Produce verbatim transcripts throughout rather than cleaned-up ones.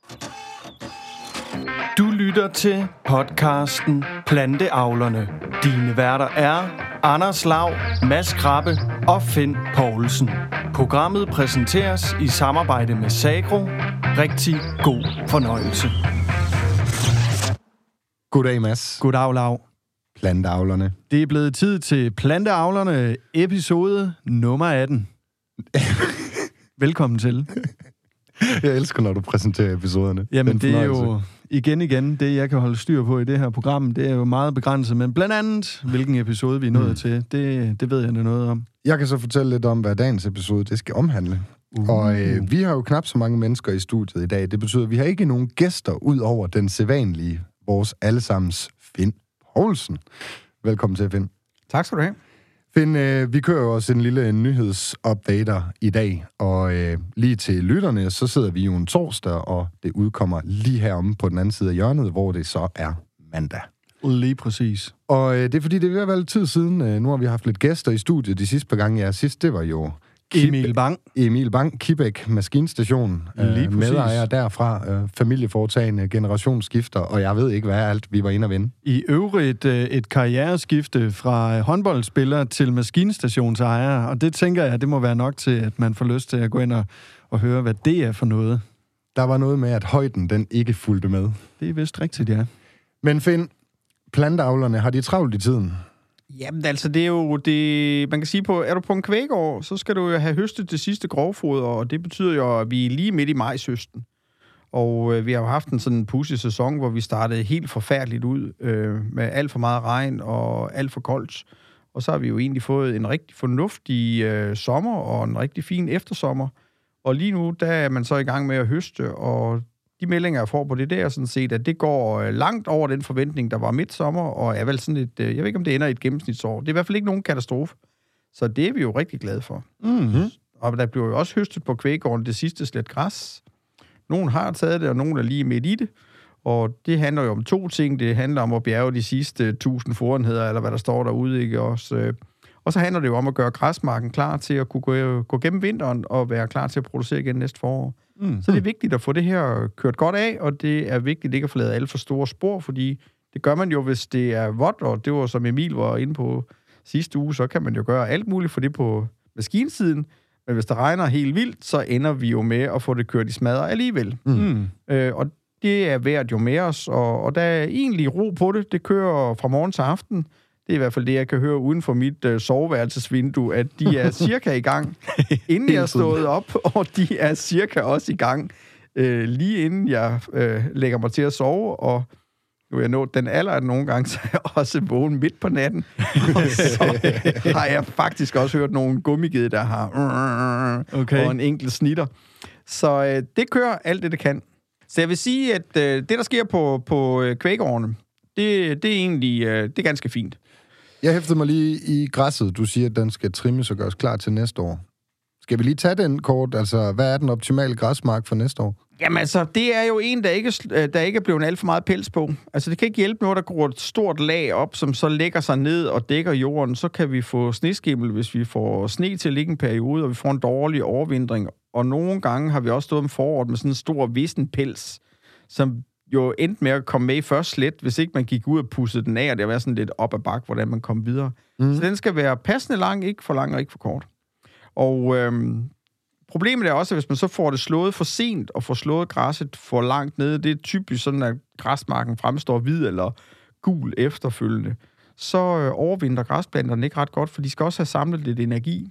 Du lytter til podcasten Planteavlerne. Dine værter er Anders Lav, Mads Krabbe og Finn Poulsen. Programmet præsenteres i samarbejde med Sagro. Rigtig god fornøjelse. Goddag, Mads. Goddag, Lav. Planteavlerne. Det er blevet tid til Planteavlerne, episode nummer atten. Velkommen til. Jeg elsker, når du præsenterer episoderne. Jamen, det er jo igen igen, det jeg kan holde styr på i det her program, det er jo meget begrænset, men blandt andet, hvilken episode vi er nået mm. til, det, det ved jeg noget om. Jeg kan så fortælle lidt om, hvad dagens episode det skal omhandle. Uh. Og øh, vi har jo knap så mange mennesker i studiet i dag. Det betyder, at vi har ikke nogen gæster ud over den sædvanlige, vores allesammens Finn Poulsen. Velkommen til, Finn. Tak skal du have. Finn, øh, vi kører jo også en lille nyhedsupdater i dag, og øh, lige til lytterne, så sidder vi jo en torsdag, og det udkommer lige heromme på den anden side af hjørnet, hvor det så er mandag. Lige præcis. Og øh, det er fordi, det er ved at være lidt tid siden. Øh, nu har vi haft lidt gæster i studiet de sidste par gange. Ja, sidst, det var jo Kib- Emil Bang. Emil Bang, Kibæk Maskinstation. Øh, medejer derfra, øh, familieforetagende, generationsskifter, og jeg ved ikke, hvad er alt, vi var inde og vende. I øvrigt øh, et karriereskifte fra håndboldspiller til maskinstationsejer, og det tænker jeg, det må være nok til, at man får lyst til at gå ind og, og høre, hvad det er for noget. Der var noget med, at højden, den ikke fulgte med. Det er vist rigtigt, ja. Men Finn, planteavlerne, har de travlt i tiden? Jamen altså, det er jo det, man kan sige på, er du på en kvægård, så skal du jo have høstet det sidste grovfoder, og det betyder jo, at vi er lige midt i majshøsten. Og øh, vi har jo haft en sådan en pudsig sæson, hvor vi startede helt forfærdeligt ud, øh, med alt for meget regn og alt for koldt. Og så har vi jo egentlig fået en rigtig fornuftig øh, sommer og en rigtig fin eftersommer. Og lige nu, der er man så i gang med at høste, og de meldinger, jeg får på det, det er sådan set, at det går langt over den forventning, der var midt sommer, og er vel sådan et, jeg ved ikke, om det ender i et gennemsnitsår. Det er i hvert fald ikke nogen katastrofe. Så det er vi jo rigtig glade for. Mm-hmm. Og der bliver jo også høstet på kvæggården det sidste slet græs. Nogen har taget det, og nogen er lige midt i det. Og det handler jo om to ting. Det handler om at bjerge de sidste tusind forenheder, eller hvad der står derude, ikke også? Og så handler det jo om at gøre græsmarken klar til at kunne gå, gå gennem vinteren og være klar til at producere igen næste forår. Mm. Så det er vigtigt at få det her kørt godt af, og det er vigtigt ikke at få lavet alt for store spor, fordi det gør man jo, hvis det er vådt, og det var som Emil var inde på sidste uge, så kan man jo gøre alt muligt for det på maskinsiden, men hvis det regner helt vildt, så ender vi jo med at få det kørt i smadre alligevel. Mm. Øh, og det er værd jo med os, og, og der er egentlig ro på det. Det kører fra morgen til aften. Det er i hvert fald det, jeg kan høre uden for mit øh, soveværelsesvindue, at de er cirka i gang, inden jeg er stået op, og de er cirka også i gang, øh, lige inden jeg øh, lægger mig til at sove, og nu er jeg nået den alder, at nogle gange så er jeg også vågen midt på natten, og så øh, har jeg faktisk også hørt nogle gummigede, der har øh, okay. og en enkelt snitter. Så øh, det kører alt det, det kan. Så jeg vil sige, at øh, det, der sker på, på øh, kvægårdene, det, det er egentlig øh, det er ganske fint. Jeg hæftede mig lige i græsset. Du siger, at den skal trimmes og gøres klar til næste år. Skal vi lige tage den kort? Altså, hvad er den optimale græsmark for næste år? Jamen altså, det er jo en, der ikke, der ikke er blevet alt for meget pels på. Altså, det kan ikke hjælpe noget, der går et stort lag op, som så lægger sig ned og dækker jorden. Så kan vi få sneskimmel, hvis vi får sne til at ligge en periode, og vi får en dårlig overvintring. Og nogle gange har vi også stået om foråret med sådan en stor vissen pels, som jo endte med at komme med i først slet, hvis ikke man gik ud og pudsede den af, og det var sådan lidt op ad bak, hvordan man kom videre. Mm. Så den skal være passende lang, ikke for lang og ikke for kort. Og øhm, problemet er også, at hvis man så får det slået for sent, og får slået græsset for langt nede, det er typisk sådan, at græsmarken fremstår hvid eller gul efterfølgende, så øh, overvinder græsplanterne ikke ret godt, for de skal også have samlet lidt energi.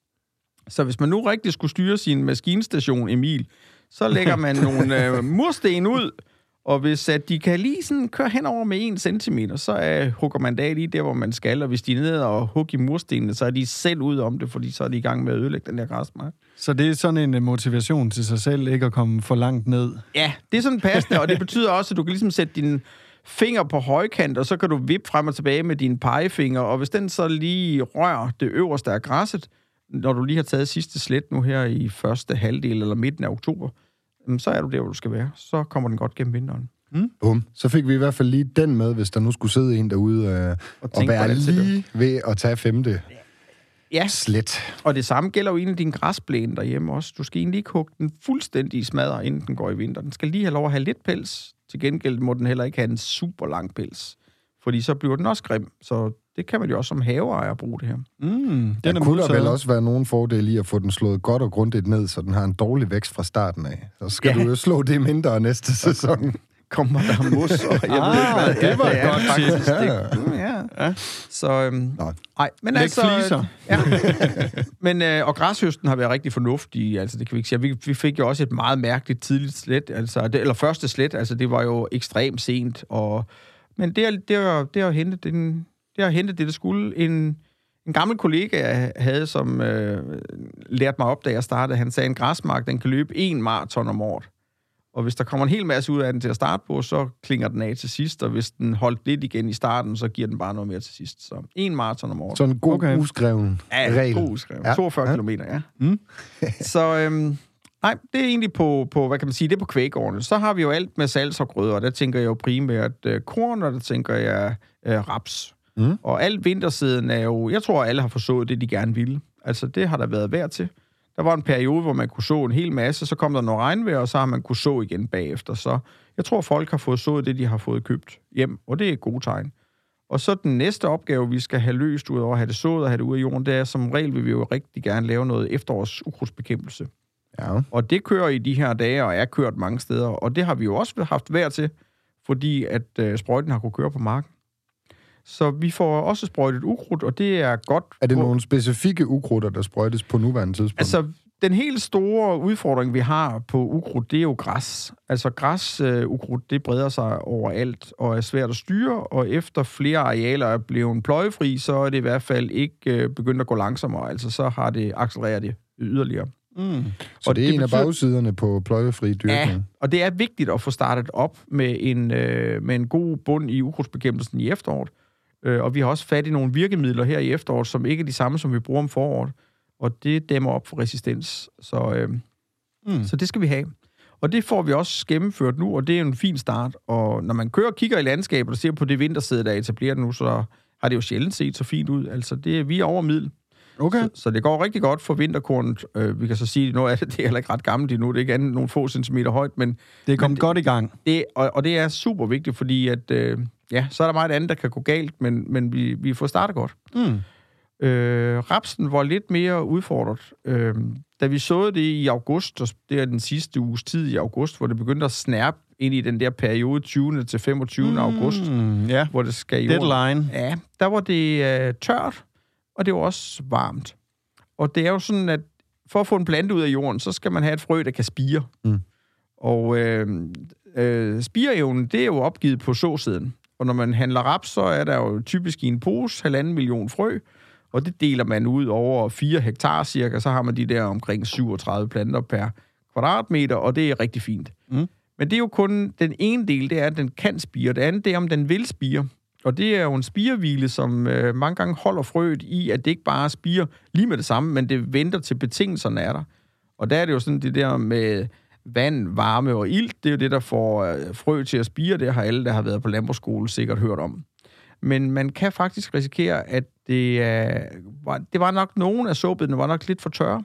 Så hvis man nu rigtig skulle styre sin maskinstation, Emil, så lægger man nogle øh, mursten ud, og hvis at de kan lige sådan køre henover med en centimeter, så øh, hugger man da lige der, hvor man skal, og hvis de er nede og hugger i murstenene, så er de selv ude om det, fordi så er de i gang med at ødelægge den der græsmark. Så det er sådan en motivation til sig selv, ikke at komme for langt ned? Ja, det er sådan passende, og det betyder også, at du kan ligesom sætte din finger på højkant, og så kan du vippe frem og tilbage med dine pegefinger, og hvis den så lige rører det øverste af græsset, når du lige har taget sidste slet nu her i første halvdel eller midten af oktober, så er du der, hvor du skal være. Så kommer den godt gennem vinteren. Mm. Bum. Så fik vi i hvert fald lige den med, hvis der nu skulle sidde en derude øh, og, og være lige ved at tage femte. ja. slet. Og det samme gælder jo egentlig din græsplæne derhjemme også. Du skal egentlig ikke hugge den fuldstændig i smadre, inden den går i vinter. Den skal lige have lov at have lidt pels. Til gengæld må den heller ikke have en super lang pels. Fordi så bliver den også grim. Så det kan man jo også som haveejer bruge det her. Mm, den kunne der vel også være nogen fordel i at få den slået godt og grundigt ned, så den har en dårlig vækst fra starten af. Så skal ja. du jo slå det mindre næste sæson. Kommer der mos, og jeg ah, ved ikke, hvad det, det var det er, godt faktisk. Ja. Ja. Ja. Så, øhm, nej, men Læg altså... fliser. Ja. Men, øh, og græshøsten har været rigtig fornuftig, altså det kan vi ikke sige. Vi, vi fik jo også et meget mærkeligt tidligt slet, altså, det, eller første slet, altså det var jo ekstremt sent, og, men det har, det har, det har hentet den, det har hentet det, det skulle. En, en gammel kollega, jeg havde, som øh, lærte mig op, da jeg startede, han sagde, en græsmark, den kan løbe en maraton om året. Og hvis der kommer en hel masse ud af den til at starte på, så klinger den af til sidst, og hvis den holdt lidt igen i starten, så giver den bare noget mere til sidst. Så en maraton om året. Sådan en god okay. uskreven ja, regel. Ja, god uskreven. Ja. toogfyrre ja. kilometer, ja. Mm. så øhm, nej, det er egentlig på, på, hvad kan man sige, det er på kvæggårdene. Så har vi jo alt med salgsafgrøder, og der tænker jeg jo primært øh, korn, og der tænker jeg øh, raps. Mm. Og alt vintersiden er jo, jeg tror, alle har forsået det, de gerne ville. Altså, det har der været værd til. Der var en periode, hvor man kunne så en hel masse, så kom der noget regnvejr, og så har man kunne så igen bagefter. Så jeg tror, folk har fået sået det, de har fået købt hjem, og det er et godt tegn. Og så den næste opgave, vi skal have løst ud over at have det sået og have det ude i jorden, det er, som regel vil vi jo rigtig gerne lave noget efterårs ukrudtsbekæmpelse. Ja. Og det kører i de her dage, og er kørt mange steder, og det har vi jo også haft værd til, fordi at øh, sprøjten har kunne køre på marken. Så vi får også sprøjtet ukrudt, og det er godt. Er det nogle specifikke ukrudter, der sprøjtes på nuværende tidspunkt? Altså, den helt store udfordring, vi har på ukrudt, det er jo græs. Altså, græsukrudt, øh, det breder sig overalt og er svært at styre, og efter flere arealer er blevet pløjefri, så er det i hvert fald ikke øh, begyndt at gå langsommere. Altså, så har det accelereret det yderligere. Mm. Så og det er det en betyder... af bagsiderne på pløjefri dyrkning? Ja, og det er vigtigt at få startet op med en, øh, med en god bund i ukrudtsbekæmpelsen i efteråret. Og vi har også fat i nogle virkemidler her i efteråret, som ikke er de samme, som vi bruger om foråret. Og det dæmmer op for resistens. Så, øh, mm. så det skal vi have. Og det får vi også gennemført nu, og det er en fin start. Og når man kører og kigger i landskabet og ser på det vintersæde, der er etableret nu, så har det jo sjældent set så fint ud. Altså, det er vi er over middel. Okay. Så, så det går rigtig godt for vinterkornet. Øh, vi kan så sige, at noget af det, det er heller ikke ret gammelt endnu. Det er ikke andet nogle få centimeter højt, men... Det er kommet godt i gang. Det, og, og det er super vigtigt, fordi at... Øh, ja, så er der meget andet, der kan gå galt, men, men vi, vi får startet godt. Mm. Øh, rapsen var lidt mere udfordret. Øh, da vi såede det i august, og det er den sidste uges tid i august, hvor det begyndte at snærpe ind i den der periode tyvende til femogtyvende Mm, august, ja. hvor det skal i Deadline. Ja, der var det øh, tørt, og det var også varmt. Og det er jo sådan, at for at få en plante ud af jorden, så skal man have et frø, der kan spire. Mm. Og øh, øh, spireevnen, det er jo opgivet på såsiden. Og når man handler raps, så er der jo typisk i en pose halvanden million frø, og det deler man ud over fire hektar cirka, så har man de der omkring syvogtredive planter per kvadratmeter, og det er rigtig fint. Mm. Men det er jo kun den ene del, det er, at den kan spire. Det andet, det er, om den vil spire. Og det er jo en spirehvile, som øh, mange gange holder frøet i, at det ikke bare spirer lige med det samme, men det venter til betingelserne er der. Og der er det jo sådan det der med vand, varme og ilt, det er jo det, der får øh, frø til at spire. Det har alle, der har været på landbrugsskole, sikkert hørt om. Men man kan faktisk risikere, at det, øh, var, det var nok nogle af såbedene var nok lidt for tørre.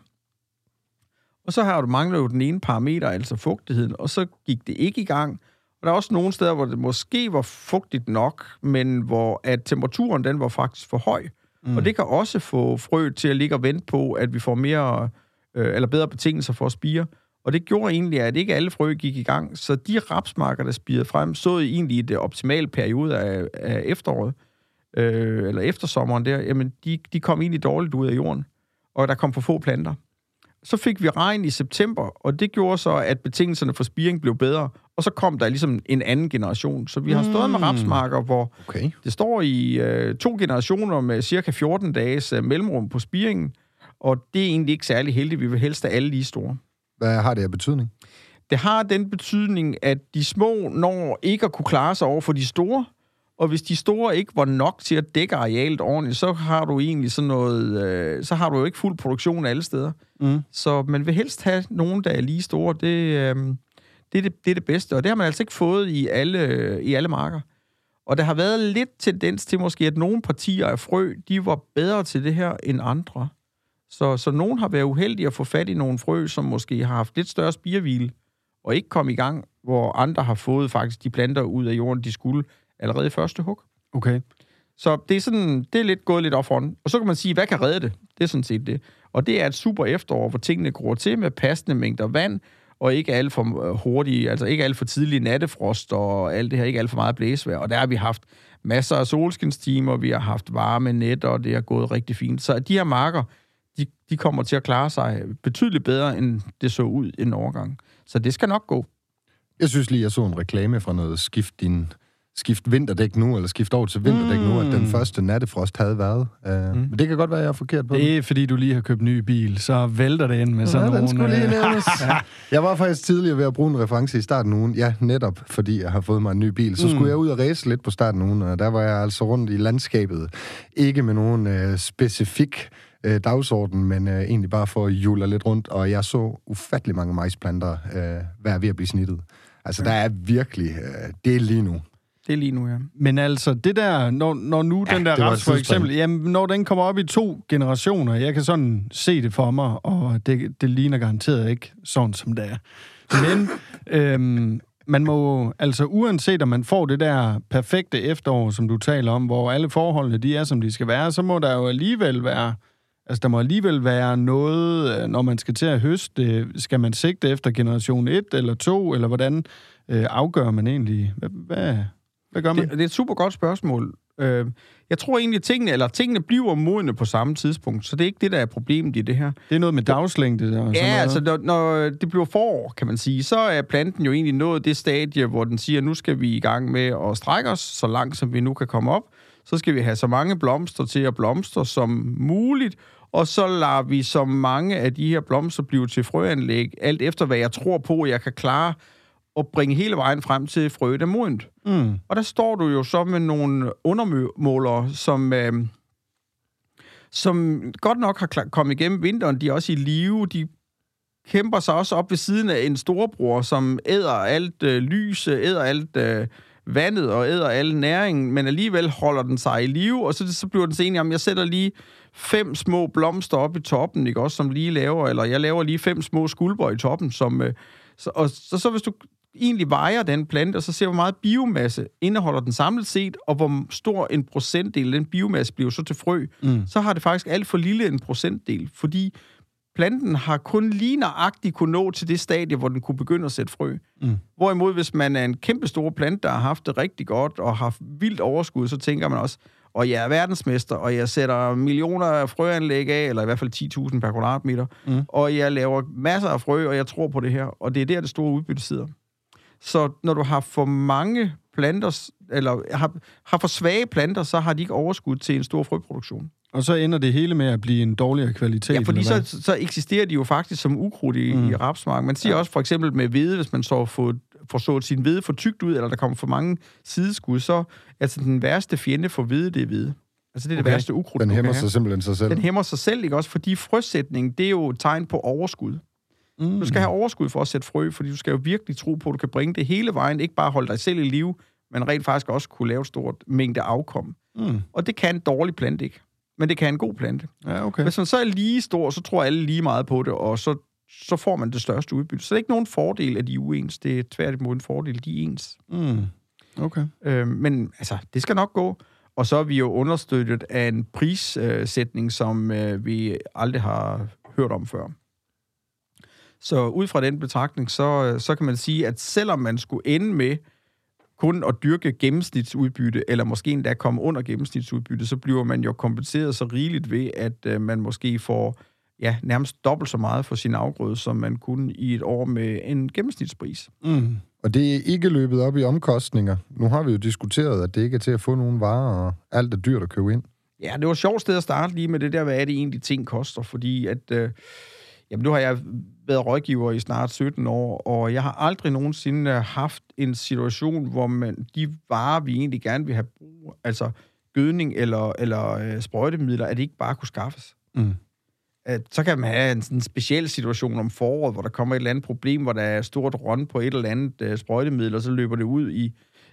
Og så har du manglet jo den ene parameter, altså fugtigheden, og så gik det ikke i gang. Og der er også nogle steder, hvor det måske var fugtigt nok, men hvor at temperaturen den var faktisk for høj. Mm. Og det kan også få frø til at ligge og vente på, at vi får mere øh, eller bedre betingelser for at spire. Og det gjorde egentlig, at ikke alle frø gik i gang. Så de rapsmarker, der spirede frem, så egentlig i det optimale periode af, af efteråret, øh, eller eftersommeren der, jamen de, de kom egentlig dårligt ud af jorden. Og der kom for få planter. Så fik vi regn i september, og det gjorde så, at betingelserne for spiring blev bedre. Og så kom der ligesom en anden generation. Så vi har stået med rapsmarker, hvor okay. det står i øh, to generationer med cirka fjorten dages øh, mellemrum på spiringen. Og det er egentlig ikke særlig heldigt. Vi vil helst have alle lige store. Hvad har det af betydning? Det har den betydning, at de små når ikke at kunne klare sig over for de store. Og hvis de store ikke var nok til at dække arealet ordentligt, så har du egentlig sådan noget, øh, så har du jo ikke fuld produktion alle steder. Mm. Så man vil helst have nogen, der er lige store. Det, øh, det, er det, det er det bedste, og det har man altså ikke fået i alle, i alle marker. Og der har været lidt tendens til måske, at nogle partier af frø, de var bedre til det her end andre. Så, så nogen har været uheldige at få fat i nogle frø, som måske har haft lidt større spirehvile, og ikke kom i gang, hvor andre har fået faktisk de planter ud af jorden, de skulle allerede i første hug. Okay. Så det er sådan, det er lidt gået lidt off on. Og så kan man sige, hvad kan redde det? Det er sådan set det. Og det er et super efterår, hvor tingene gror til med passende mængder vand, og ikke alt for hurtige, altså ikke alt for tidlig nattefrost og alt det her, ikke alt for meget blæsvejr. Og der har vi haft masser af solskinstimer, vi har haft varme nætter, og det har gået rigtig fint. Så de her marker, de, de kommer til at klare sig betydeligt bedre, end det så ud en overgang. Så det skal nok gå. Jeg synes lige, jeg så en reklame fra noget skift din skift vinterdæk nu, eller skift over til vinterdæk mm. nu, at den første nattefrost havde været. Uh, mm. Men det kan godt være, at jeg er forkert på det. Det er, fordi du lige har købt ny bil, så vælter det ind med ja, sådan nogle... nogle... Lige ja. Jeg var faktisk tidligere ved at bruge en reference i starten af ugen. Ja, netop fordi jeg har fået mig en ny bil. Så mm. skulle jeg ud og race lidt på starten af ugen, og der var jeg altså rundt i landskabet. Ikke med nogen uh, specifik uh, dagsorden, men uh, egentlig bare for at jule lidt rundt, og jeg så ufattelig mange majsplanter uh, være ved at blive snittet. Altså, ja. Der er virkelig... Uh, det er lige nu. Det er lige nu, ja. Men altså, det der, når, når nu ja, den der raps for eksempel, jamen, når den kommer op i to generationer, jeg kan sådan se det for mig, og det, det ligner garanteret ikke sådan, som det er. Men øhm, man må, altså uanset om man får det der perfekte efterår, som du taler om, hvor alle forholdene, de er, som de skal være, så må der jo alligevel være, altså der må alligevel være noget, når man skal til at høste, skal man sigte efter generation et eller to, eller hvordan øh, afgør man egentlig, hvad... hvad Hvad gør man? Det, det er et super godt spørgsmål. Øh, jeg tror egentlig, at tingene, eller tingene bliver modne på samme tidspunkt, så det er ikke det, der er problemet i det her. Det er noget med dagslængde? Der, ja, altså når, når det bliver forår, kan man sige, så er planten jo egentlig nået det stadie, hvor den siger, nu skal vi i gang med at strække os, så langt som vi nu kan komme op. Så skal vi have så mange blomster til at blomstre som muligt, og så lader vi så mange af de her blomster blive til frøanlæg, alt efter hvad jeg tror på, jeg kan klare og bringe hele vejen frem til frøet er modent. Mm. Og der står du jo så med nogle undermålere, som, øh, som godt nok har kommet igennem vinteren. De er også i live. De kæmper sig også op ved siden af en storebror, som æder alt øh, lys, æder alt øh, vandet og æder al næringen, men alligevel holder den sig i live, og så, så bliver den så enig om, jeg sætter lige fem små blomster op i toppen, ikke også, som lige laver, eller jeg laver lige fem små skulper i toppen, som... Øh, så, og så, så hvis du egentlig vejer den plante, og så ser hvor meget biomasse indeholder den samlet set, og hvor stor en procentdel den biomasse bliver så til frø, mm. så har det faktisk alt for lille en procentdel, fordi planten har kun lige nøjagtigt kunne nå til det stadie, hvor den kunne begynde at sætte frø. Mm. Hvorimod, hvis man er en kæmpe stor plante, der har haft det rigtig godt, og har vildt overskud, så tænker man også, og jeg er verdensmester, og jeg sætter millioner af frøanlæg af, eller i hvert fald ti tusind per kvadratmeter, mm. og jeg laver masser af frø, og jeg tror på det her, og det er der, det store udbytte sidder. Så når du har for mange planter, eller har, har for svage planter, så har de ikke overskud til en stor frøproduktion. Og så ender det hele med at blive en dårligere kvalitet? Ja, fordi så, så eksisterer de jo faktisk som ukrudt i, mm. i rapsmarken. Man siger ja. også for eksempel med hvede, hvis man så får, får sået sin hvede for tykt ud, eller der kommer for mange sideskud, så altså den værste fjende for hvede, det er hvede. Altså det er okay. det værste ukrudt. Den hæmmer sig simpelthen sig selv. Den hæmmer sig selv, ikke også? Fordi frøsætning, det er jo et tegn på overskud. Mm. Du skal have overskud for at sætte frø, fordi du skal jo virkelig tro på, at du kan bringe det hele vejen, ikke bare holde dig selv i live, men rent faktisk også kunne lave et stort mængde afkom. Mm. Og det kan en dårlig plante ikke. Men det kan en god plante. Ja, okay. Hvis man så er lige stor, så tror alle lige meget på det, og så, så får man det største udbytte. Så det er ikke nogen fordel, at de er uens. Det er tværtimod en fordel, de er ens. Mm. Okay. Øh, men altså, det skal nok gå. Og så er vi jo understøttet af en prissætning, som øh, vi aldrig har hørt om før. Så ud fra den betragtning, så, så kan man sige, at selvom man skulle ende med kun at dyrke gennemsnitsudbytte, eller måske endda komme under gennemsnitsudbytte, så bliver man jo kompenseret så rigeligt ved, at øh, man måske får ja, nærmest dobbelt så meget for sin afgrøde, som man kunne i et år med en gennemsnitspris. Mm. Og det er ikke løbet op i omkostninger. Nu har vi jo diskuteret, at det ikke er til at få nogen varer, og alt er dyrt at købe ind. Ja, det var et sjovt sted at starte lige med det der, hvad er det egentlig ting koster, fordi at... Øh, Jamen, nu har jeg været rådgiver i snart sytten år, og jeg har aldrig nogensinde haft en situation, hvor man de varer, vi egentlig gerne vil have brug, altså gødning eller, eller øh, sprøjtemidler, at det ikke bare kunne skaffes. Mm. At, så kan man have en, en speciel situation om foråret, hvor der kommer et eller andet problem, hvor der er stort run på et eller andet øh, sprøjtemiddel, og så løber det ud i,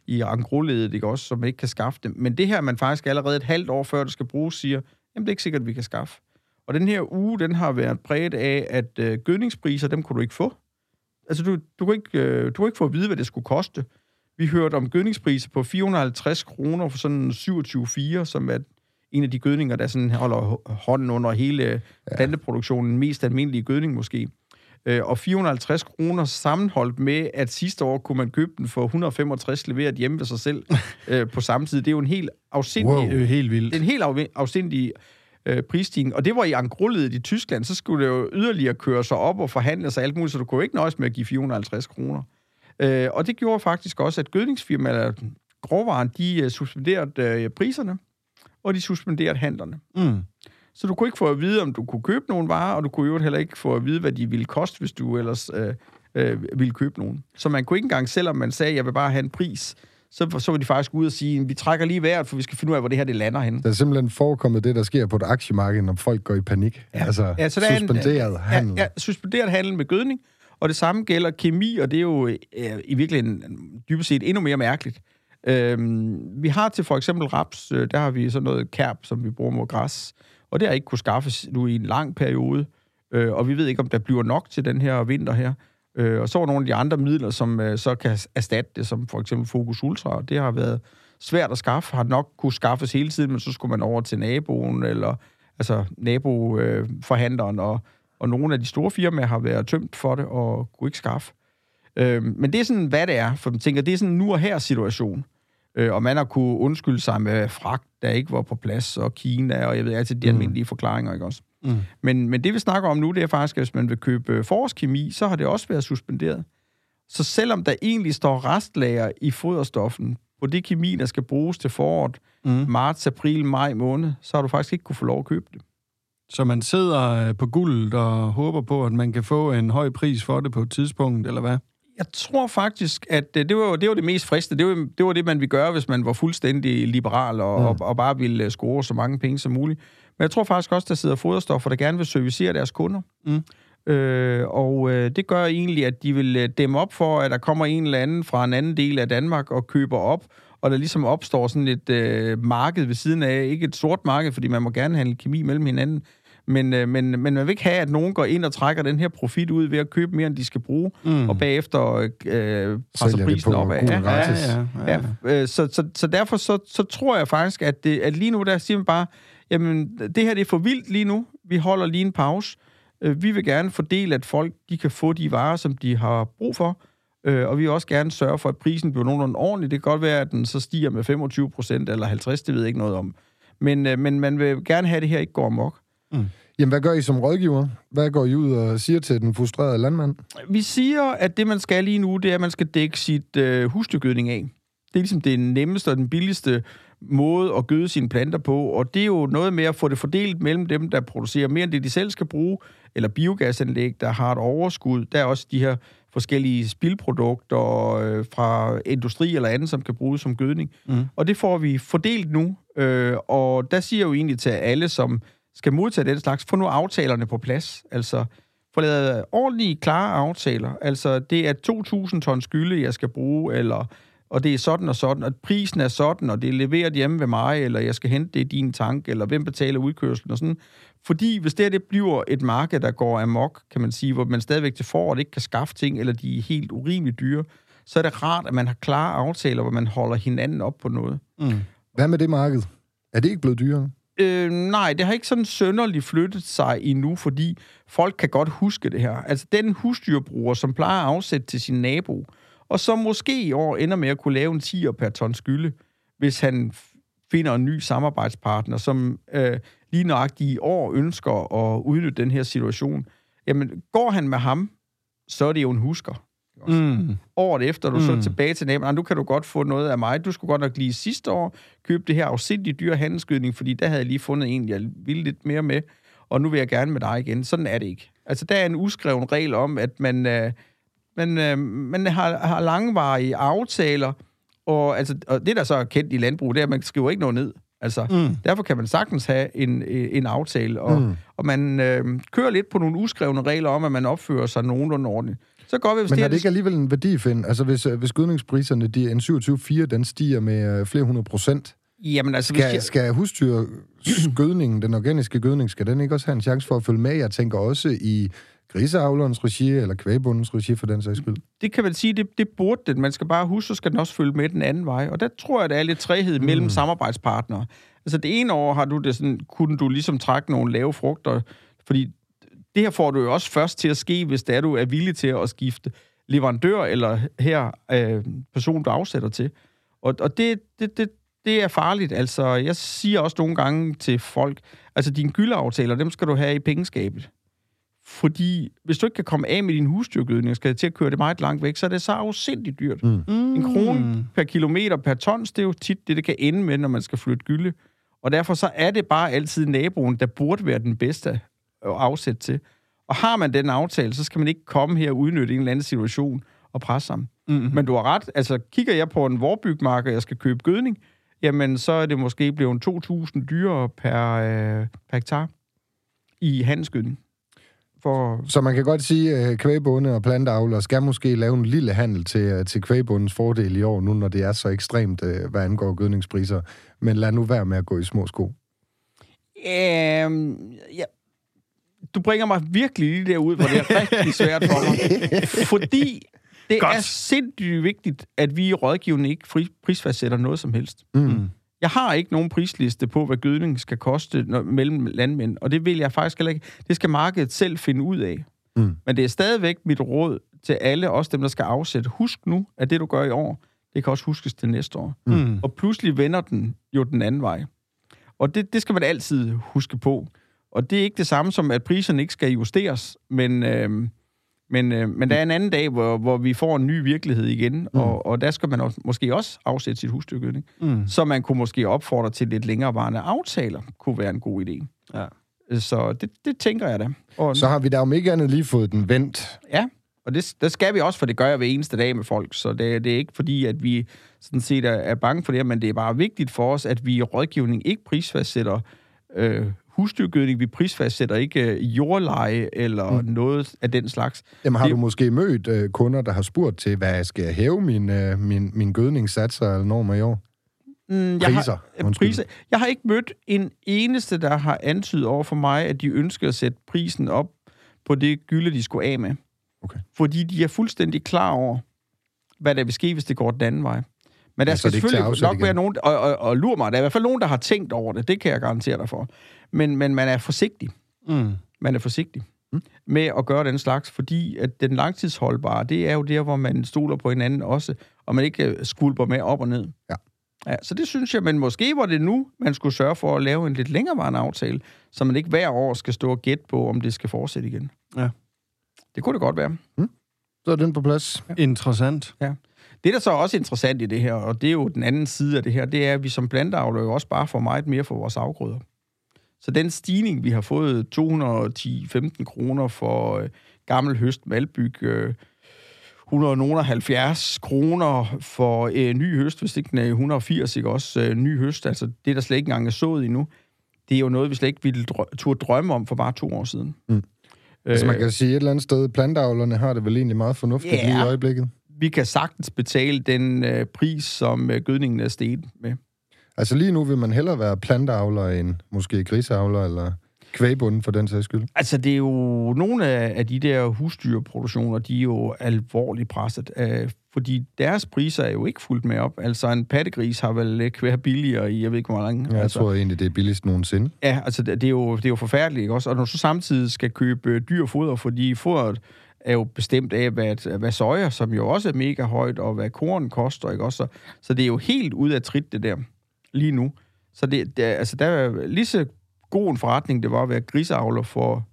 i engrosledet, ikke også, som ikke kan skaffe dem. Men det her, man faktisk allerede et halvt år før det skal bruges, siger, jamen det er ikke sikkert, at vi kan skaffe. Og den her uge, den har været præget af, at øh, gødningspriser, dem kunne du ikke få. Altså, du, du, kunne ikke, øh, du kunne ikke få at vide, hvad det skulle koste. Vi hørte om gødningspriser på fire hundrede og halvtreds kroner for sådan syvogtyve komma fire, som er en af de gødninger, der sådan holder hånden under hele planteproduktionen, mest almindelige gødning måske. Og fire hundrede og halvtreds kroner sammenholdt med, at sidste år kunne man købe den for et hundrede og femogtres leveret hjemme ved sig selv øh, på samme tid. Det er jo en helt afsindig, wow. øh, helt vildt. En helt af, afsindig øh, prisstigning. Og det var i engrosledet i Tyskland, så skulle det jo yderligere køre sig op og forhandle sig alt muligt, så du kunne ikke nøjes med at give fire hundrede og halvtreds kroner. Øh, og det gjorde faktisk også, at gødningsfirmaer, eller grovvaren, de uh, suspenderede uh, priserne, og de suspenderede handlerne. Mm. Så du kunne ikke få at vide, om du kunne købe nogle varer, og du kunne jo heller ikke få at vide, hvad de ville koste, hvis du ellers øh, øh, ville købe nogen. Så man kunne ikke engang, selvom man sagde, at jeg vil bare have en pris, så, så var de faktisk ude og sige, at vi trækker lige vejret, for vi skal finde ud af, hvor det her det lander henne. Der er simpelthen forekommet det, der sker på et aktiemarked, når folk går i panik. Ja. Altså ja, så suspenderet en, handel. Ja, ja, suspenderet handel med gødning, og det samme gælder kemi, og det er jo øh, i virkeligheden dybest set endnu mere mærkeligt. Øhm, vi har til for eksempel raps, øh, der har vi sådan noget kærp, som vi bruger mod græs, og det har ikke kunne skaffes nu i en lang periode, øh, og vi ved ikke, om der bliver nok til den her vinter her. Øh, og så er nogle af de andre midler, som øh, så kan erstatte det, som for eksempel Focus Ultra, det har været svært at skaffe, har nok kunne skaffes hele tiden, men så skulle man over til naboen, eller altså naboforhandleren, øh, og, og nogle af de store firmaer har været tømt for det, og kunne ikke skaffe. Øh, men det er sådan, hvad det er, for man tænker, det er sådan en nu og her situation. Og man har kunne undskylde sig med fragt, der ikke var på plads, og Kina, og jeg ved altid de almindelige mm. forklaringer, ikke også? Mm. Men, men det, vi snakker om nu, det er faktisk, at hvis man vil købe forårskemi, så har det også været suspenderet. Så selvom der egentlig står restlager i foderstoffen på det kemi, der skal bruges til foråret, mm. marts, april, maj måned, så har du faktisk ikke kunne få lov at købe det. Så man sidder på guldet og håber på, at man kan få en høj pris for det på et tidspunkt, eller hvad? Jeg tror faktisk, at det var, det var det mest fristende. Det var, det var det, man ville gøre, hvis man var fuldstændig liberal og, mm. og, og bare ville score så mange penge som muligt. Men jeg tror faktisk også, der sidder foderstoffer, der gerne vil servicere deres kunder. Mm. Øh, og øh, det gør egentlig, at de vil dæmme op for, at der kommer en eller anden fra en anden del af Danmark og køber op, og der ligesom opstår sådan et øh, marked ved siden af. Ikke et sort marked, fordi man må gerne handle kemi mellem hinanden. Men, øh, men, men man vil ikke have, at nogen går ind og trækker den her profit ud ved at købe mere, end de skal bruge, mm. og bagefter øh, presser prisen op af. Ja, ja, ja, ja. Ja. Øh, så, så, så derfor så, så tror jeg faktisk, at, det, at lige nu, der siger man bare, jamen, det her det er for vildt lige nu. Vi holder lige en pause. Øh, vi vil gerne fordele, at folk de kan få de varer, som de har brug for. Øh, og vi vil også gerne sørge for, at prisen bliver nogenlunde ordentlig. Det kan godt være, at den så stiger med femogtyve procent eller halvtreds, det ved jeg ikke noget om. Men, øh, men man vil gerne have, at det her ikke går amok. Mm. Jamen, hvad gør I som rådgiver? Hvad går I ud og siger til den frustrerede landmand? Vi siger, at det, man skal lige nu, det er, at man skal dække sit øh, husdyrgødning af. Det er ligesom det nemmeste og den billigste måde at gøde sine planter på, og det er jo noget med at få det fordelt mellem dem, der producerer mere end det, de selv skal bruge, eller biogasanlæg, der har et overskud. Der er også de her forskellige spildprodukter øh, fra industri eller andet, som kan bruges som gødning. Mm. Og det får vi fordelt nu, øh, og der siger jeg jo egentlig til alle, som skal modtage den slags, få nu aftalerne på plads. Altså, få lavet ordentlige, klare aftaler. Altså, det er to tusind tons gylde, jeg skal bruge, eller, og det er sådan og sådan, og prisen er sådan, og det er leveret hjemme ved mig, eller jeg skal hente det i din tank, eller hvem betaler udkørslen, og sådan. Fordi hvis det, det bliver et marked, der går amok, kan man sige, hvor man stadigvæk til foråret ikke kan skaffe ting, eller de er helt urimeligt dyre, så er det rart, at man har klare aftaler, hvor man holder hinanden op på noget. Mm. Hvad med det marked? Er det ikke blevet dyrere? Øh, nej, det har ikke sådan sønderligt flyttet sig endnu, fordi folk kan godt huske det her. Altså den husdyrbruger, som plejer at afsætte til sin nabo, og som måske i år ender med at kunne lave en tier per ton skylde, hvis han finder en ny samarbejdspartner, som øh, lige nøjagtigt i år ønsker at udnytte den her situation. Jamen, går han med ham, så er det jo en husker. Mm. Året efter, du mm. så tilbage til naboen, nu kan du godt få noget af mig. Du skulle godt nok lige sidste år købe det her afsindigt dyre handelsgødning, fordi der havde jeg lige fundet en, jeg ville lidt mere med, og nu vil jeg gerne med dig igen. Sådan er det ikke. Altså, der er en uskreven regel om, at man, øh, man, øh, man har, har langvarige aftaler, og, altså, og det, der så er kendt i landbrug, det er, at man skriver ikke noget ned. Altså, mm. derfor kan man sagtens have en, en aftale, og, mm. og man øh, kører lidt på nogle uskrevne regler om, at man opfører sig nogenlunde ordentligt. Så går vi, hvis Men det er det ikke alligevel en værdi, Finn? Altså, hvis, hvis gødningspriserne, de, en syvogtyve komma fire, den stiger med flere hundrede procent. Jamen, altså, Skal, hvis skal husdyrgødningen, den organiske gødning, skal den ikke også have en chance for at følge med? Jeg tænker også i griseavlerens regi, eller kvægbundens regi for den sags skyld. Det kan man sige, det, det burde den. Man skal bare huske, så skal den også følge med den anden vej. Og der tror jeg, der er lidt træhed mellem mm. samarbejdspartnere. Altså det ene år har du det sådan, kunne du ligesom trække nogle lave frugter, fordi det her får du jo også først til at ske, hvis det er, du er villig til at skifte leverandør, eller her øh, person, du afsætter til. Og, og det, det, det, det er farligt. Altså, jeg siger også nogle gange til folk, altså dine gyldeaftaler, dem skal du have i pengeskabet. Fordi hvis du ikke kan komme af med din husdyrgødning, og skal til at køre det meget langt væk, så er det så afsindigt dyrt. Mm. En krone per kilometer per tons, det er jo tit det, det kan ende med, når man skal flytte gylde. Og derfor så er det bare altid naboen, der burde være den bedste at afsætte til. Og har man den aftale, så skal man ikke komme her og udnytte en eller anden situation og presse ham. Mm-hmm. Men du har ret. Altså, kigger jeg på en vorbygmark, og jeg skal købe gødning, jamen så er det måske blevet to tusind dyrere per, øh, per hektar i handelsgødning. For... Så man kan godt sige, at kvægbonde og planteavler skal måske lave en lille handel til, til kvægbondens fordel i år, nu når det er så ekstremt, hvad angår gødningspriser. Men lad nu være med at gå i små sko. Øhm, ja. Du bringer mig virkelig lige derud, hvor det er rigtig svært for mig. Fordi det godt. Er sindssygt vigtigt, at vi i rådgivningen ikke fri, prisfastsætter noget som helst. Mm. Jeg har ikke nogen prisliste på, hvad gødning skal koste når, mellem landmænd, og det vil jeg faktisk heller ikke. Det skal markedet selv finde ud af. Mm. Men det er stadigvæk mit råd til alle, også dem, der skal afsætte. Husk nu, at det, du gør i år, det kan også huskes til næste år. Mm. Og pludselig vender den jo den anden vej. Og det, det skal man altid huske på. Og det er ikke det samme som, at priserne ikke skal justeres, men, øh, men, øh, men der er en anden dag, hvor, hvor vi får en ny virkelighed igen, mm. og, og der skal man også, måske også afsætte sit husdyrgødning. Mm. Så man kunne måske opfordre til lidt længerevarende aftaler, kunne være en god idé. Ja. Så det, det tænker jeg da. Og, så har vi da om ikke andet lige fået den vendt. Ja, og det, det skal vi også, for det gør jeg hver eneste dag med folk, så det, det er ikke fordi, at vi sådan set er, er bange for det, men det er bare vigtigt for os, at vi i rådgivning ikke prisfastsætter øh, husdyrgødning, vi prisfastsætter ikke jordleje eller mm. noget af den slags. Jamen har det, du måske mødt øh, kunder, der har spurgt til, hvad skal jeg hæve min, øh, min, min gødningssatser eller normer i år? Mm, jeg priser, har, priser. Jeg har ikke mødt en eneste, der har antydet over for mig, at de ønsker at sætte prisen op på det gylde, de skulle af med. Okay. Fordi de er fuldstændig klar over, hvad der vil ske, hvis det går den anden vej. Men der ja, skal selvfølgelig nok igen. Være nogen, og, og, og lur mig, der er i hvert fald nogen, der har tænkt over det, det kan jeg garantere dig for. Men, men man er forsigtig. Mm. Man er forsigtig mm. med at gøre den slags, fordi at den langtidsholdbare, det er jo der, hvor man stoler på hinanden også, og man ikke skulper med op og ned. Ja. Ja, så det synes jeg, men måske var det nu, man skulle sørge for at lave en lidt længerevarende aftale, så man ikke hver år skal stå og gætte på, om det skal fortsætte igen. Ja. Det kunne det godt være. Mm. Så er den på plads. Ja. Interessant. Ja. Det, der så er også interessant i det her, og det er jo den anden side af det her, det er, at vi som planteavler jo også bare får meget mere for vores afgrøder. Så den stigning, vi har fået to hundrede og ti til femten kroner for øh, gammel høst malbyg, øh, et hundrede og halvfjerds kroner for øh, ny høst, hvis ikke den er et hundrede og firs, ikke også øh, ny høst, altså det, der slet ikke engang er sået endnu, det er jo noget, vi slet ikke ville drø- turde drømme om for bare to år siden. Mm. Altså man kan sige et eller andet sted, planteavlerne har det vel egentlig meget fornuftigt yeah. lige i øjeblikket. Vi kan sagtens betale den øh, pris, som øh, gødningen er steget med. Altså lige nu vil man hellere være planteavler end måske griseavler eller kvægbunden for den sags skyld. Altså det er jo nogle af, af de der husdyrproduktioner, de er jo alvorligt presset, øh, fordi deres priser er jo ikke fuldt med op. Altså en pattegris har vel ikke været billigere i, jeg ved ikke hvor mange. Ja, jeg altså, tror egentlig, det er billigst nogensinde. Ja, altså det, det, er, jo, det er jo forfærdeligt, ikke også? Og når du så samtidig skal købe dyr foder, fordi fodret er jo bestemt af, hvad, hvad soja, som jo også er mega højt, og hvad korn koster, ikke også? Så, så det er jo helt ud af trit, det der, lige nu. Så det, det, altså, der er lige så god en forretning, det var at være griseavler for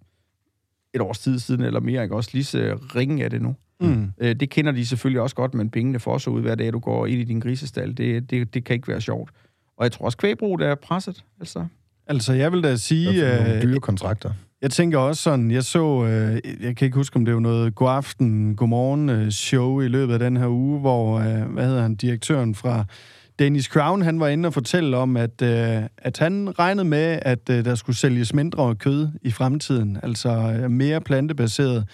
et års tid siden, eller mere, ikke også? Lige så ringe af det nu. Mm. Øh, det kender de selvfølgelig også godt, men pengene får så ud hver dag, du går ind i din grisestal. Det, det, det kan ikke være sjovt. Og jeg tror også, kvægbruget er presset, altså. Altså, jeg vil da sige... Der er nogle dyre kontrakter. Jeg tænker også sådan, jeg så, øh, jeg kan ikke huske, om det var noget god aften, godmorgen øh, show i løbet af den her uge, hvor, øh, hvad hedder han, direktøren fra Danish Crown, han var inde og fortælle om, at, øh, at han regnede med, at øh, der skulle sælges mindre kød i fremtiden, altså øh, mere plantebaseret,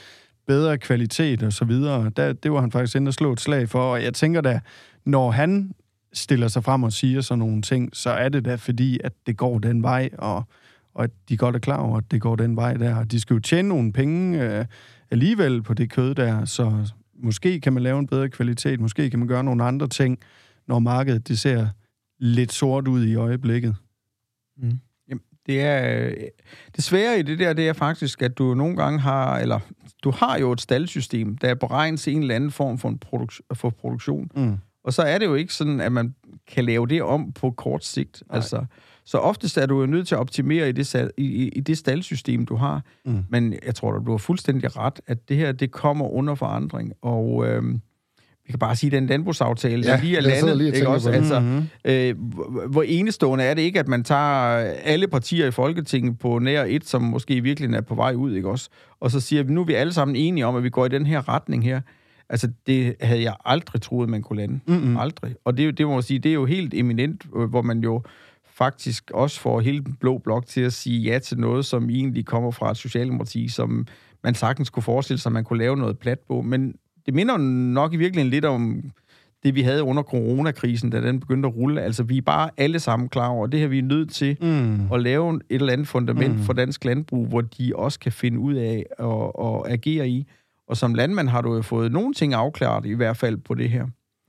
bedre kvalitet og så videre. Der, det var han faktisk inde og slå et slag for, og jeg tænker da, når han stiller sig frem og siger sådan nogle ting, så er det da fordi, at det går den vej, og, og at de godt er klar over, at det går den vej der. De skal jo tjene nogle penge øh, alligevel på det kød der, så måske kan man lave en bedre kvalitet, måske kan man gøre nogle andre ting, når markedet det ser lidt sort ud i øjeblikket. Mm. Jamen, det er det svære i det der, det er faktisk, at du nogle gange har, eller du har jo et staldsystem, der er beregnet til en eller anden form for, en produk- for produktion. Mm. Og så er det jo ikke sådan, at man kan lave det om på kort sigt. Altså, så oftest er du jo nødt til at optimere i det, i, i det staldsystem, du har. Mm. Men jeg tror, du har fuldstændig ret, at det her, det kommer under forandring. Og øhm, vi kan bare sige, at den landbrugsaftale, ja, der lige er landet, lige ikke også? Altså, mm-hmm. øh, hvor enestående er det ikke, at man tager alle partier i Folketinget på nær et, som måske virkelig er på vej ud, ikke også? Og så siger vi, nu er vi alle sammen enige om, at vi går i den her retning her. Altså, det havde jeg aldrig troet, man kunne lande. Mm-hmm. Aldrig. Og det, det må man sige, det er jo helt eminent, hvor man jo faktisk også får hele den blå blok til at sige ja til noget, som egentlig kommer fra et socialdemokrati, som man sagtens kunne forestille sig, at man kunne lave noget plat på. Men det minder nok i virkeligheden lidt om det, vi havde under coronakrisen, da den begyndte at rulle. Altså, vi er bare alle sammen klar over, det her vi er nødt til mm. at lave et eller andet fundament mm. for dansk landbrug, hvor de også kan finde ud af at, at agere i. Og som landmand har du jo fået nogle ting afklaret, i hvert fald på det her.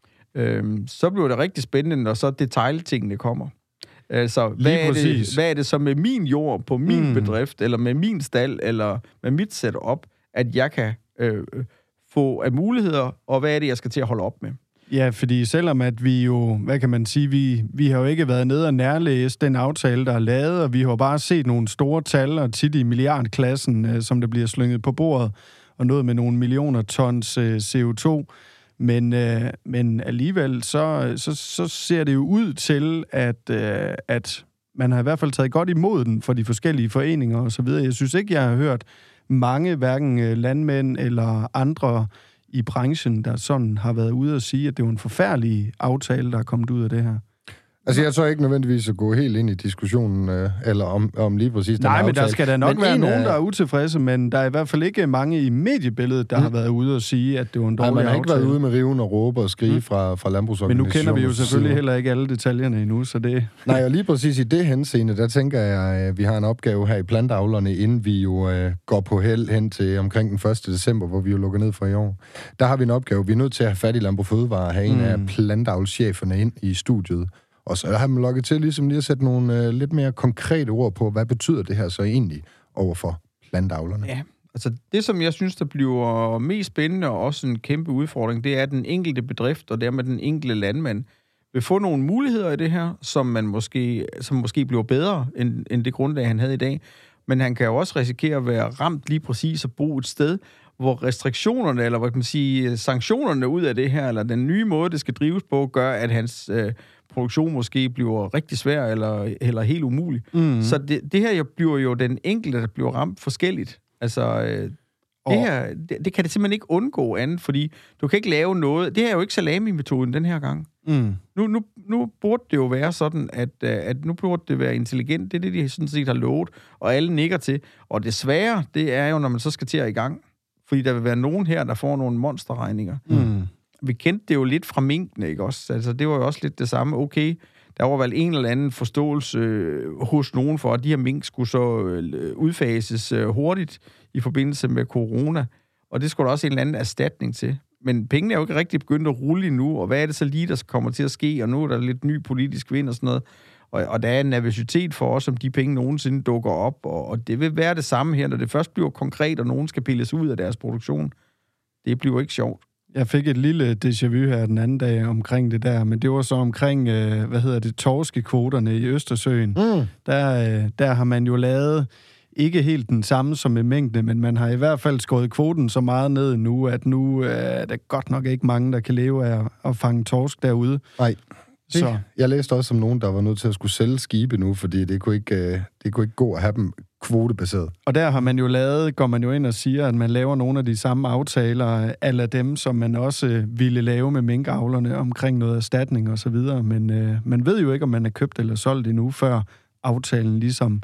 Øhm, så bliver det rigtig spændende, når så detailtingene kommer. Altså, hvad er, det, hvad er det så med min jord, på min mm. bedrift, eller med min stald, eller med mit setup, at jeg kan øh, få af muligheder, og hvad er det, jeg skal til at holde op med? Ja, fordi selvom at vi jo, hvad kan man sige, vi, vi har jo ikke været nede og nærlæse den aftale, der er lavet, og vi har bare set nogle store tal, og tit i milliardklassen, øh, som der bliver slynget på bordet, og noget med nogle millioner tons øh, C O to. Men, øh, men alligevel, så, så, så ser det jo ud til, at, øh, at man har i hvert fald taget godt imod den for de forskellige foreninger og så videre. Jeg synes ikke, jeg har hørt mange, hverken landmænd eller andre i branchen, der sådan har været ude og sige, at det var en forfærdelig aftale, der er kommet ud af det her. Altså, jeg tror ikke nødvendigvis at gå helt ind i diskussionen, øh, eller om, om lige præcis den Nej, men aftale. Der skal da nok men være nogen, af... der er utilfredse, men der er i hvert fald ikke mange i mediebilledet, der mm. har været ude og sige, at det var en dårlig aftale. Nej, man har ikke aftale. Været ude med riven og råbe og skrige mm. fra, fra landbrugsorganisationer. Men nu kender vi jo selvfølgelig heller ikke alle detaljerne endnu, så det... Nej, og lige præcis i det henseende, der tænker jeg, at vi har en opgave her i plantavlerne, inden vi jo øh, går på held hen til omkring den første december, hvor vi jo lukker ned for i år. Der har vi en opgave. Vi er nødt til at have fat i Landbrug Fødevare, og have mm. en af plantavlscheferne ind i studiet. Og så har man lukket til ligesom lige at sætte nogle øh, lidt mere konkrete ord på, hvad betyder det her så egentlig overfor plantavlerne? Ja, altså det, som jeg synes, der bliver mest spændende og også en kæmpe udfordring, det er, at den enkelte bedrift og dermed den enkelte landmand vil få nogle muligheder i det her, som man måske, som måske bliver bedre end, end det grundlag, han havde i dag. Men han kan jo også risikere at være ramt lige præcis og bo et sted, hvor restriktionerne, eller hvad kan man sige, sanktionerne ud af det her, eller den nye måde, det skal drives på, gør, at hans øh, produktion måske bliver rigtig svær, eller, eller helt umulig. Mm. Så det, det her jo bliver jo den enkelte, der bliver ramt forskelligt. Altså, øh, det her, det, det kan det simpelthen ikke undgå andet, fordi du kan ikke lave noget. Det her er jo ikke salami-metoden den her gang. Mm. Nu, nu, nu burde det jo være sådan, at, at nu burde det være intelligent. Det er det, de sådan set har lovet, og alle nikker til. Og det svære, det er jo, når man så skal til at i gang. Fordi der vil være nogen her, der får nogle monsterregninger. Mm. Vi kendte det jo lidt fra minkene, ikke også? Altså, det var jo også lidt det samme. Okay, der var vel en eller anden forståelse øh, hos nogen for, at de her mink skulle så øh, udfases øh, hurtigt i forbindelse med corona. Og det skulle der også en eller anden erstatning til. Men pengene er jo ikke rigtig begyndt at rulle endnu, og hvad er det så lige, der kommer til at ske? Og nu er der lidt ny politisk vind og sådan noget. Og, og der er en nervøsitet for os, om de penge nogensinde dukker op, og, og det vil være det samme her, når det først bliver konkret, og nogen skal pilles ud af deres produktion. Det bliver ikke sjovt. Jeg fik et lille déjà vu her den anden dag omkring det der, men det var så omkring, øh, hvad hedder det, torskekvoterne i Østersøen. Mm. Der, øh, der har man jo lavet ikke helt den samme som med mængde, men man har i hvert fald skåret kvoten så meget ned nu, at nu øh, er der godt nok ikke mange, der kan leve af at fange torsk derude. Nej. Så. Jeg læste også om nogen, der var nødt til at skulle sælge skibe nu, fordi det kunne ikke, det kunne ikke gå at have dem kvotebaseret. Og der har man jo lavet, går man jo ind og siger, at man laver nogle af de samme aftaler, alle dem, som man også ville lave med minkavlerne omkring noget erstatning og så videre. Men øh, man ved jo ikke, om man er købt eller solgt endnu, før aftalen ligesom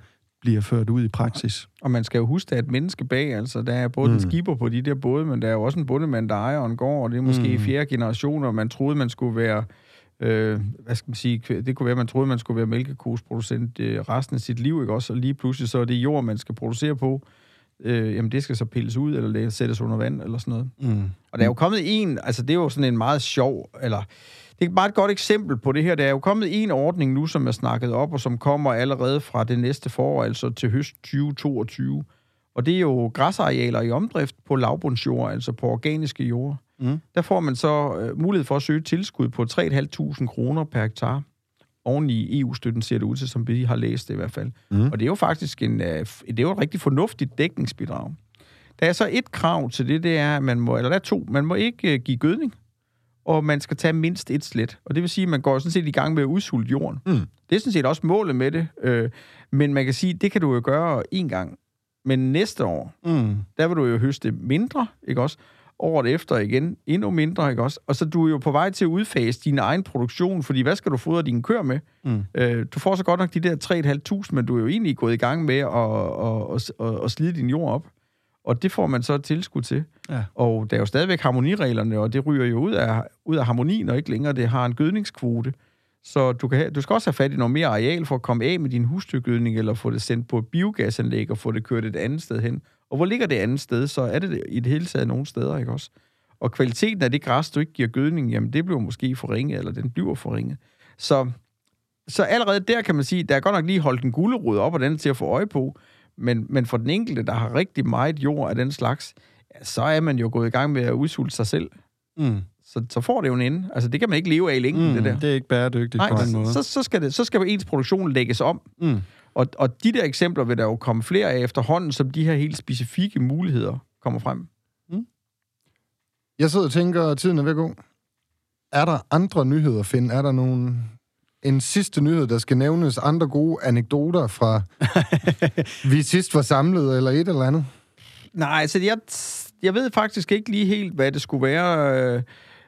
bliver ført ud i praksis. Og man skal jo huske, at et menneske bag, altså der er både mm. en skipper på de der både, men der er jo også en bondemand, der ejer en gård, og det er måske mm. fjerde generation, og man troede, man skulle være, øh, hvad skal man sige, det kunne være, man troede, man skulle være mælkekosproducent øh, resten af sit liv, ikke også? Og lige pludselig så er det jord, man skal producere på, øh, jamen det skal så pilles ud, eller sættes under vand, eller sådan noget. Mm. Og der er jo kommet en, altså det er jo sådan en meget sjov, eller det er bare et godt eksempel på det her. Der er jo kommet en ordning nu, som er snakket op, og som kommer allerede fra det næste forår, altså til høst tyve toogtyve. Og det er jo græsarealer i omdrift på lavbundsjord, altså på organiske jorder. Mm. Der får man så øh, mulighed for at søge tilskud på tre tusind fem hundrede kroner per hektar. Oven i E U-støtten ser det ud til, som vi har læst det i hvert fald. Mm. Og det er jo faktisk en, øh, det er jo et rigtig fornuftigt dækningsbidrag. Der er så et krav til det, det er, at man må, eller der er to, man må ikke øh, give gødning, og man skal tage mindst et slæt. Og det vil sige, at man går sådan set i gang med at udsulte jorden. Mm. Det er sådan set også målet med det. Øh, men man kan sige, det kan du jo gøre én gang. Men næste år, mm. der vil du jo høste mindre, ikke også? Året efter igen, endnu mindre, ikke også? Og så du er jo på vej til at udfase din egen produktion, fordi hvad skal du fodre dine køer med? Mm. Øh, du får så godt nok de der tre tusind fem hundrede, men du er jo egentlig gået i gang med at, at, at, at, at slide din jord op. Og det får man så et tilskud til. Ja. Og der er jo stadigvæk harmonireglerne, og det ryger jo ud af, ud af harmonien, og ikke længere det har en gødningskvote. Så du, kan have, du skal også have fat i noget mere areal for at komme af med din husdyrgødning, eller få det sendt på et biogasanlæg og få det kørt et andet sted hen. Og hvor ligger det andet sted, så er det i det hele taget nogle steder, ikke også? Og kvaliteten af det græs, du ikke giver gødning, jamen det bliver måske forringet, eller den bliver forringet. Så, så allerede der kan man sige, der er godt nok lige holdt en gulerod op, og den er til at få øje på. Men, men for den enkelte, der har rigtig meget jord af den slags, ja, så er man jo gået i gang med at udsulte sig selv. Mm. Så, så får det jo en ende. Altså, det kan man ikke leve af i længden, mm, det der. Det er ikke bæredygtigt. Nej, på den måde. Så, så, skal det, så skal ens produktion lægges om. Mm. Og, og de der eksempler vil der jo komme flere af efterhånden, som de her helt specifikke muligheder kommer frem. Mm. Jeg sidder og tænker, at tiden er ved at gå. Er der andre nyheder, Finn? Er der nogen... En sidste nyhed, der skal nævnes, andre gode anekdoter fra vi sidst var samlet, eller et eller andet? Nej, altså jeg, jeg ved faktisk ikke lige helt, hvad det skulle være.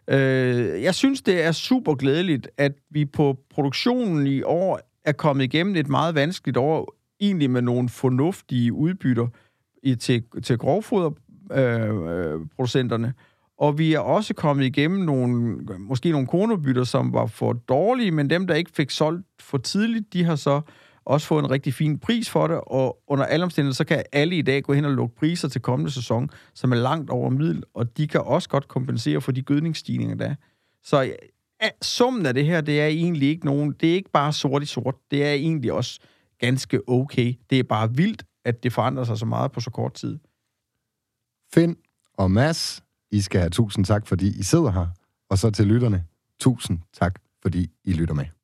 Øh, jeg synes, det er super glædeligt, at vi på produktionen i år er kommet igennem et meget vanskeligt år, egentlig med nogle fornuftige udbytter i, til, til grovfoderproducenterne. Øh, Og vi er også kommet igennem nogle, måske nogle kornudbytter, som var for dårlige, men dem, der ikke fik solgt for tidligt, de har så også fået en rigtig fin pris for det, og under alle omstændigheder, så kan alle i dag gå hen og lukke priser til kommende sæson, som er langt over middel, og de kan også godt kompensere for de gødningsstigninger, der er. Så ja, summen af det her, det er egentlig ikke nogen, det er ikke bare sort i sort, det er egentlig også ganske okay. Det er bare vildt, at det forandrer sig så meget på så kort tid. Finn og Mads, I skal have tusind tak, fordi I sidder her. Og så til lytterne, tusind tak, fordi I lytter med.